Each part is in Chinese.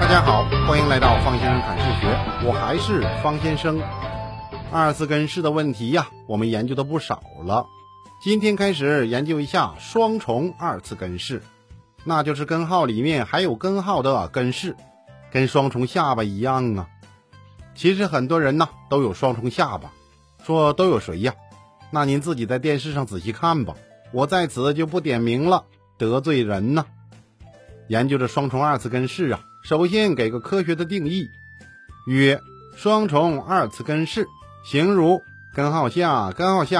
家好，欢迎来到方先生看数学，我还是方先生。二次根式的问题呀，我们研究的不少了。今天开始研究一下双重二次根式，那就是根号里面还有根号的根式，跟双重下巴一样啊。其实很多人呢都有双重下巴，说都有谁呀？那您自己在电视上仔细看吧，我在此就不点名了，得罪人呢。研究着双重二次根式啊，首先给个科学的定义，曰双重二次根式形如根号下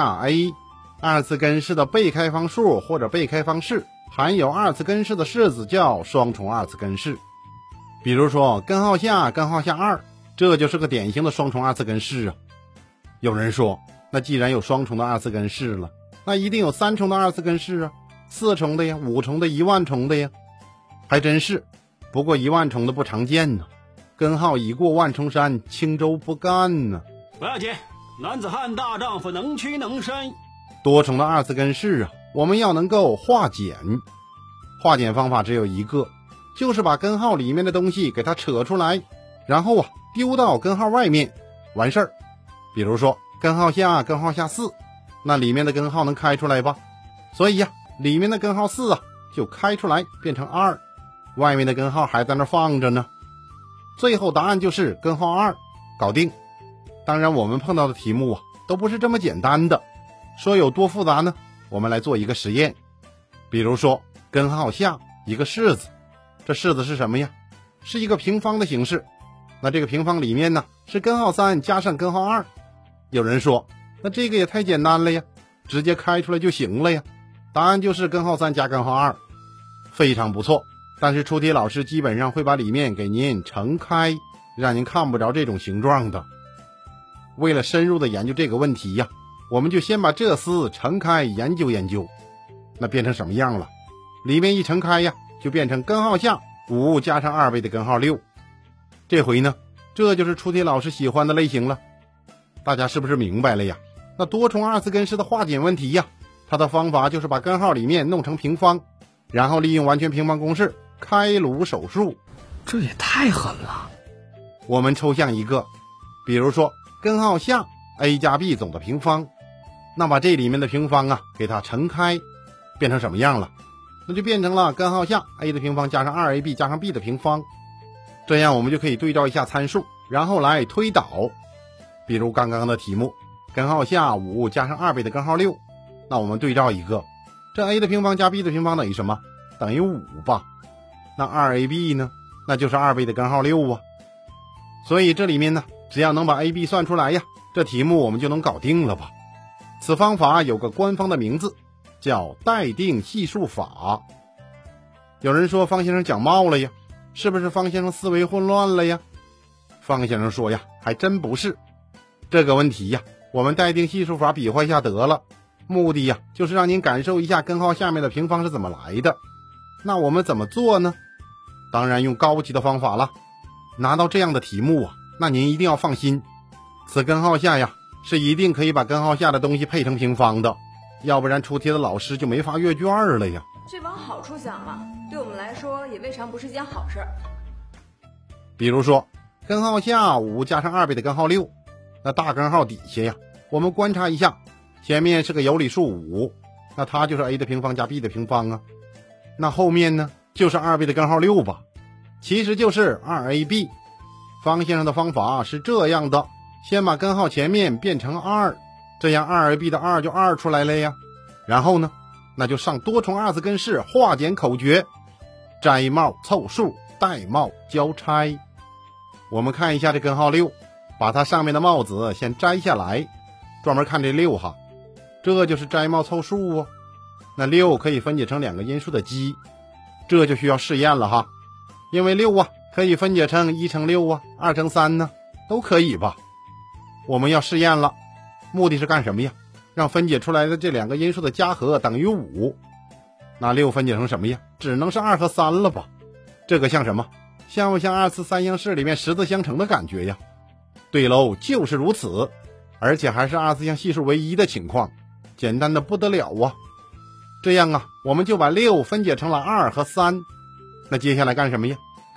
a， 二次根式的被开方数或者被开方式含有二次根式的式子叫双重二次根式。比如说根号下2，这就是个典型的双重二次根式啊。有人说，那既然有双重的二次根式了，那一定有三重的二次根式啊，4重的呀，5重的，10000重的呀。还真是，不过10000重的不常见呢。根号已过万重山，轻舟不干呢。 不要紧，男子汉大丈夫能屈能伸。 多重的二次根式啊，我们要能够化简。化简方法只有一个，就是把根号里面的东西给它扯出来，然后丢到根号外面，完事儿。比如说根号下4，那里面的根号能开出来吧？所以里面的根号4就开出来变成2，外面的根号还在那放着呢。最后答案就是根号2，搞定。当然我们碰到的题目都不是这么简单的，说有多复杂呢？我们来做一个实验。比如说根号下一个式子，这式子是什么呀？是一个平方的形式。那这个平方里面呢是根号3加上根号2。有人说，那这个也太简单了呀，直接开出来就行了呀。答案就是根号3加根号2，非常不错。但是出题老师基本上会把里面给您盛开，让您看不着这种形状的。为了深入的研究这个问题呀，我们就先把这丝盛开研究研究。那变成什么样了？里面一盛开呀，就变成根号下5加上2倍的根号6。这回呢，这就是出题老师喜欢的类型了。大家是不是明白了呀？那多重二次根式的化简问题呀，它的方法就是把根号里面弄成平方，然后利用完全平方公式开颅手术。 这也太狠了。 我们抽象一个，比如说根号下 a 加 b 总的平方，那把这里面的平方给它乘开，变成什么样了？那就变成了根号下 a 的平方加上 2ab 加上 b 的平方。这样我们就可以对照一下参数，然后来推导。比如刚刚的题目，根号下5加上2倍的根号6，那我们对照一个，这 a 的平方加 b 的平方等于什么？等于5吧。那 2ab 呢？那就是2倍的根号6啊。所以这里面呢，只要能把 ab 算出来呀，这题目我们就能搞定了吧。此方法有个官方的名字，叫待定系数法。有人说方先生讲冒了呀，是不是方先生思维混乱了呀？方先生说呀，还真不是。这个问题呀，我们待定系数法比划一下得了，目的呀就是让您感受一下根号下面的平方是怎么来的。那我们怎么做呢？当然用高级的方法了。拿到这样的题目那您一定要放心，此根号下呀是一定可以把根号下的东西配成平方的，要不然出题的老师就没法阅卷了呀。 这往好处想嘛，对我们来说也未尝不是件好事。 比如说根号下5加上2倍的根号6，那大根号底下呀，我们观察一下，前面是个有理数5，那它就是 a 的平方加 b 的平方啊。那后面呢，就是2倍的根号6吧，其实就是 2ab。 方先生的方法是这样的，先把根号前面变成2，这样 2ab 的2就2出来了呀。然后呢，那就上多重二次根式化简口诀，摘帽凑数，戴帽交差。我们看一下这根号6，把它上面的帽子先摘下来，专门看这6哈，这就是摘帽凑数那6可以分解成2个因数的积，这就需要试验了哈。因为6可以分解成1乘62乘3呢，都可以吧。我们要试验了，目的是干什么呀？让分解出来的这2个因数的加和等于5。那6分解成什么呀？只能是2和3了吧。这个像什么？像不像2次三项式里面十字相乘的感觉呀？对喽，就是如此，而且还是2次项系数为1的情况，简单的不得了啊。这样我们就把6分解成了2和3。那接下来干什么呀？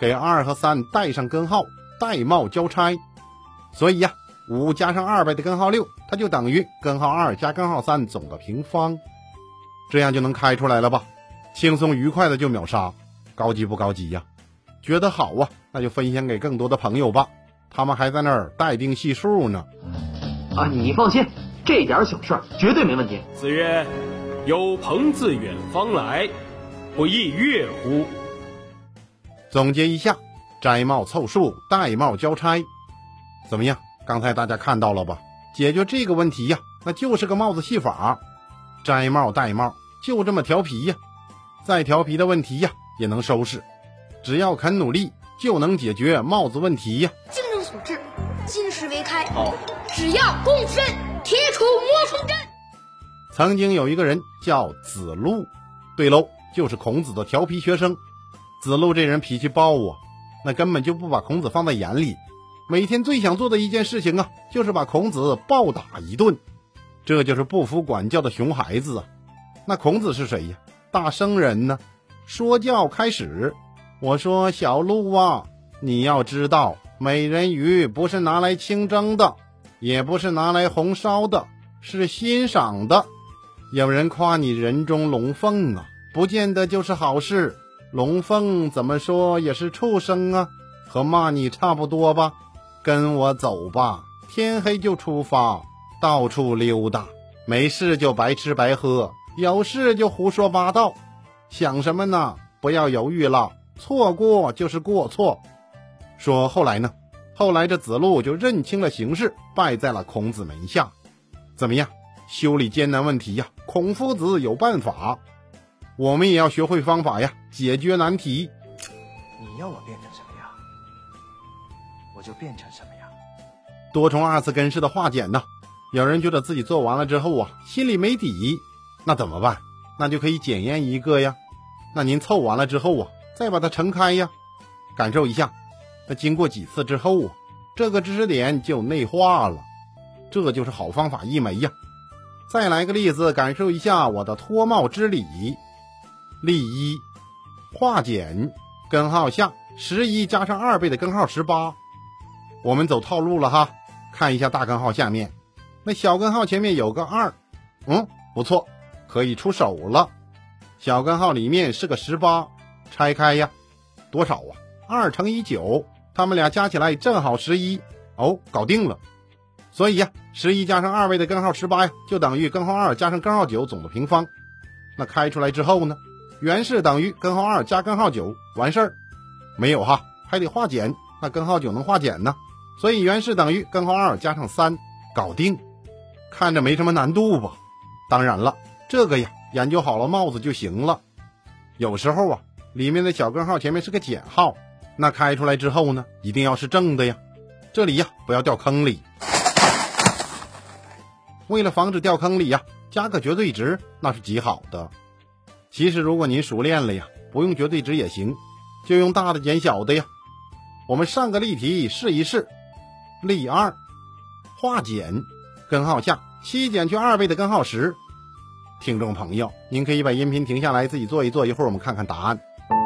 给2和3带上根号，带帽交差。所以呀，5加上2倍的根号6，它就等于根号2加根号3总的平方。这样就能开出来了吧？轻松愉快的就秒杀，高级不高级呀？觉得好啊，那就分享给更多的朋友吧，他们还在那儿待定系数呢。 啊，你放心，这点小事绝对没问题。 子曰：有朋自远方来，不亦乐乎？ 总结一下，摘帽凑数，戴帽交差。怎么样？刚才大家看到了吧？解决这个问题呀，那就是个帽子戏法，摘帽戴帽，就这么调皮呀。再调皮的问题呀，也能收拾。只要肯努力，就能解决帽子问题呀。 精诚所至，金石为开。只要共身，铁杵磨成针。 曾经有一个人叫子路，对喽，就是孔子的调皮学生。子路这人脾气暴啊，那根本就不把孔子放在眼里，每天最想做的一件事情啊，就是把孔子暴打一顿。这就是不服管教的熊孩子啊。那孔子是谁呀？大圣人呢。说教开始。我说小路啊，你要知道，美人鱼不是拿来清蒸的，也不是拿来红烧的，是欣赏的。有人夸你人中龙凤啊，不见得就是好事。龙凤怎么说也是畜生啊，和骂你差不多吧。跟我走吧，天黑就出发，到处溜达，没事就白吃白喝，有事就胡说八道。想什么呢？不要犹豫了，错过就是过错。说后来呢？后来这子路就认清了形势，拜在了孔子门下。怎么样？修理艰难问题呀，孔夫子有办法。我们也要学会方法呀，解决难题。 你要我变成什么样，我就变成什么样。 多重二次根式的化简呢，有人觉得自己做完了之后啊，心里没底，那怎么办？那就可以检验一个呀。那您凑完了之后啊，再把它乘开呀，感受一下。那经过几次之后啊，这个知识点就内化了，这就是好方法一枚呀。再来个例子，感受一下我的脱帽之礼。例一，化简，根号下11加上2倍的根号18。我们走套路了哈，看一下大根号下面，那小根号前面有个2，不错，可以出手了。小根号里面是个18，拆开呀，多少啊？2乘以9，它们俩加起来正好11，搞定了。所以呀，11加上2倍的根号18呀，就等于根号2加上根号9总的平方。那开出来之后呢，原式等于根号2加根号9，完事儿。没有哈，还得化简，那根号9能化简呢，所以原式等于根号2加上3，搞定。看着没什么难度吧？当然了，这个呀研究好了帽子就行了。有时候啊，里面的小根号前面是个减号，那开出来之后呢，一定要是正的呀。这里呀不要掉坑里。为了防止掉坑里呀，加个绝对值那是极好的。其实如果您熟练了呀，不用绝对值也行，就用大的减小的呀。我们上个例题试一试。例2，化简，根号下7减去2倍的根号10。听众朋友，您可以把音频停下来自己做一做，一会儿我们看看答案。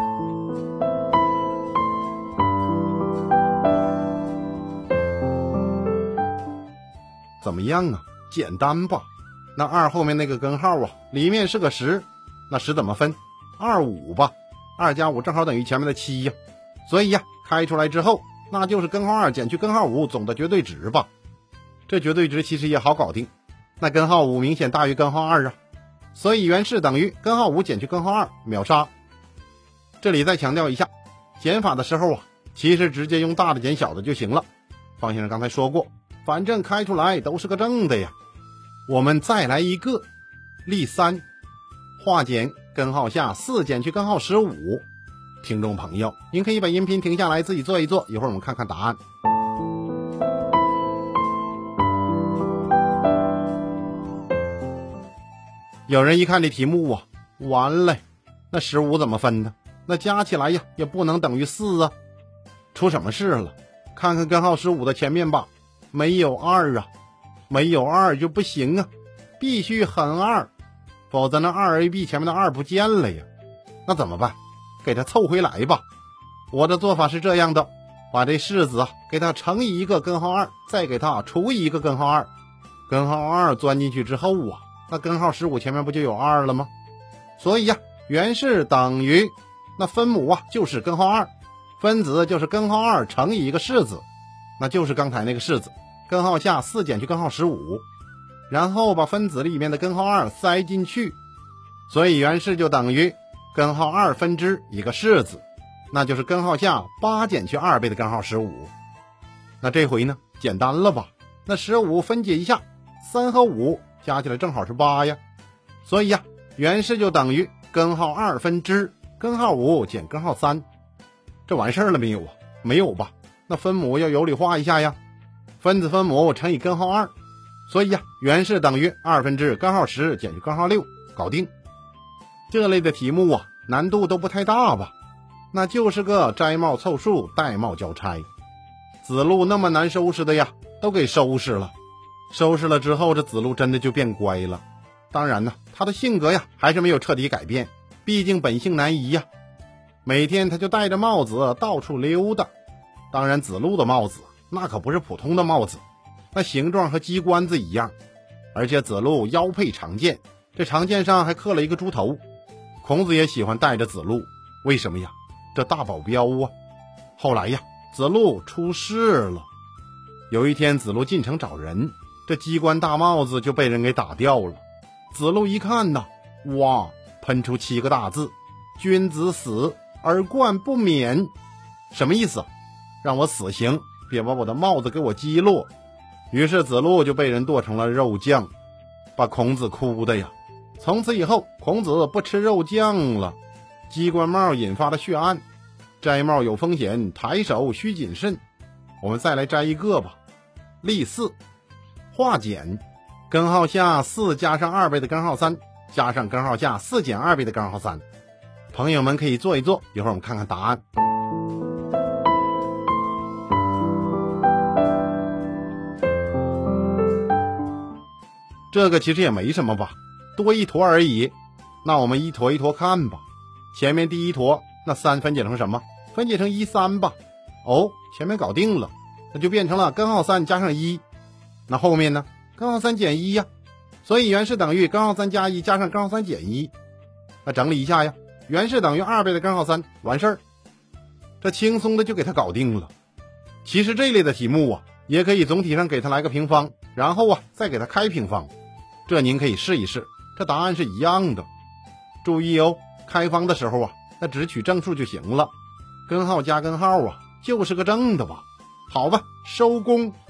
怎么样啊？简单吧？那2后面那个根号啊，里面是个10，那10怎么分？2、5吧。2加5正好等于前面的7呀。所以呀，开出来之后，那就是根号2减去根号5总的绝对值吧。这绝对值其实也好搞定，那根号5明显大于根号2啊，所以原式等于根号5减去根号2，秒杀。这里再强调一下，减法的时候啊，其实直接用大的减小的就行了。方先生刚才说过，反正开出来都是个正的呀。我们再来一个。例3，化简，根号下4减去根号15。听众朋友，您可以把音频停下来自己做一做，一会儿我们看看答案。有人一看这题目啊，完了，那15怎么分呢？那加起来呀也不能等于4啊。出什么事了？看看根号15的前面吧，没有2啊，没有2就不行啊，必须横2，否则那 2ab 前面的2不见了呀。那怎么办？给它凑回来吧。 我的做法是这样的，把这式子给它乘以一个根号2，再给它除以一个根号2。根号2钻进去之后啊，那根号15前面不就有2了吗？所以呀，原式等于那分母啊就是根号2，分子就是根号2乘以一个式子，那就是刚才那个式子，根号下4减去根号15，然后把分子里面的根号2塞进去，所以原式就等于根号2分之一个式子，那就是根号下8减去2倍的根号15。那这回呢简单了吧？那15分解一下，3和5加起来正好是8呀，所以呀，原式就等于根号2分之根号5减根号3。这完事儿了没有啊？没有吧？那分母要有理化一下呀，分子分母乘以根号2，所以呀，原式等于2分之根号10减去根号6，搞定。这类的题目啊，难度都不太大吧？那就是个摘帽凑数带帽交差。子路那么难收拾的呀，都给收拾了。收拾了之后，这子路真的就变乖了。当然呢，他的性格呀还是没有彻底改变，毕竟本性难移呀。每天他就戴着帽子到处溜达。当然子路的帽子那可不是普通的帽子，那形状和鸡冠子一样，而且子路腰佩长剑，这长剑上还刻了一个猪头。孔子也喜欢带着子路，为什么呀？这大保镖啊。后来呀，子路出事了。有一天子路进城找人，这鸡冠大帽子就被人给打掉了。子路一看呐，哇，喷出7个大字：君子死而冠不免。什么意思？让我死刑，别把我的帽子给我击落。于是子路就被人剁成了肉酱，把孔子哭的呀。从此以后，孔子不吃肉酱了。鸡冠帽引发的血案，摘帽有风险，抬手需谨慎。我们再来摘一个吧。例4，化简，根号下4加上2倍的根号3，加上根号下4减2倍的根号3。朋友们可以做一做，一会儿我们看看答案。这个其实也没什么吧，多一坨而已。那我们一坨一坨看吧。前面第一坨，那3分解成什么？分解成1、3吧。哦，前面搞定了，那就变成了根号3加上1。那后面呢？根号3减1呀，所以原式等于根号3加1加上根号3减1。那整理一下呀，原式等于2倍的根号3，完事儿。这轻松的就给它搞定了。其实这类的题目啊，也可以总体上给它来个平方，然后啊再给它开平方。这您可以试一试，这答案是一样的。注意哦，开方的时候啊，那只取正数就行了，根号加根号啊，就是个正的吧。好吧，收工。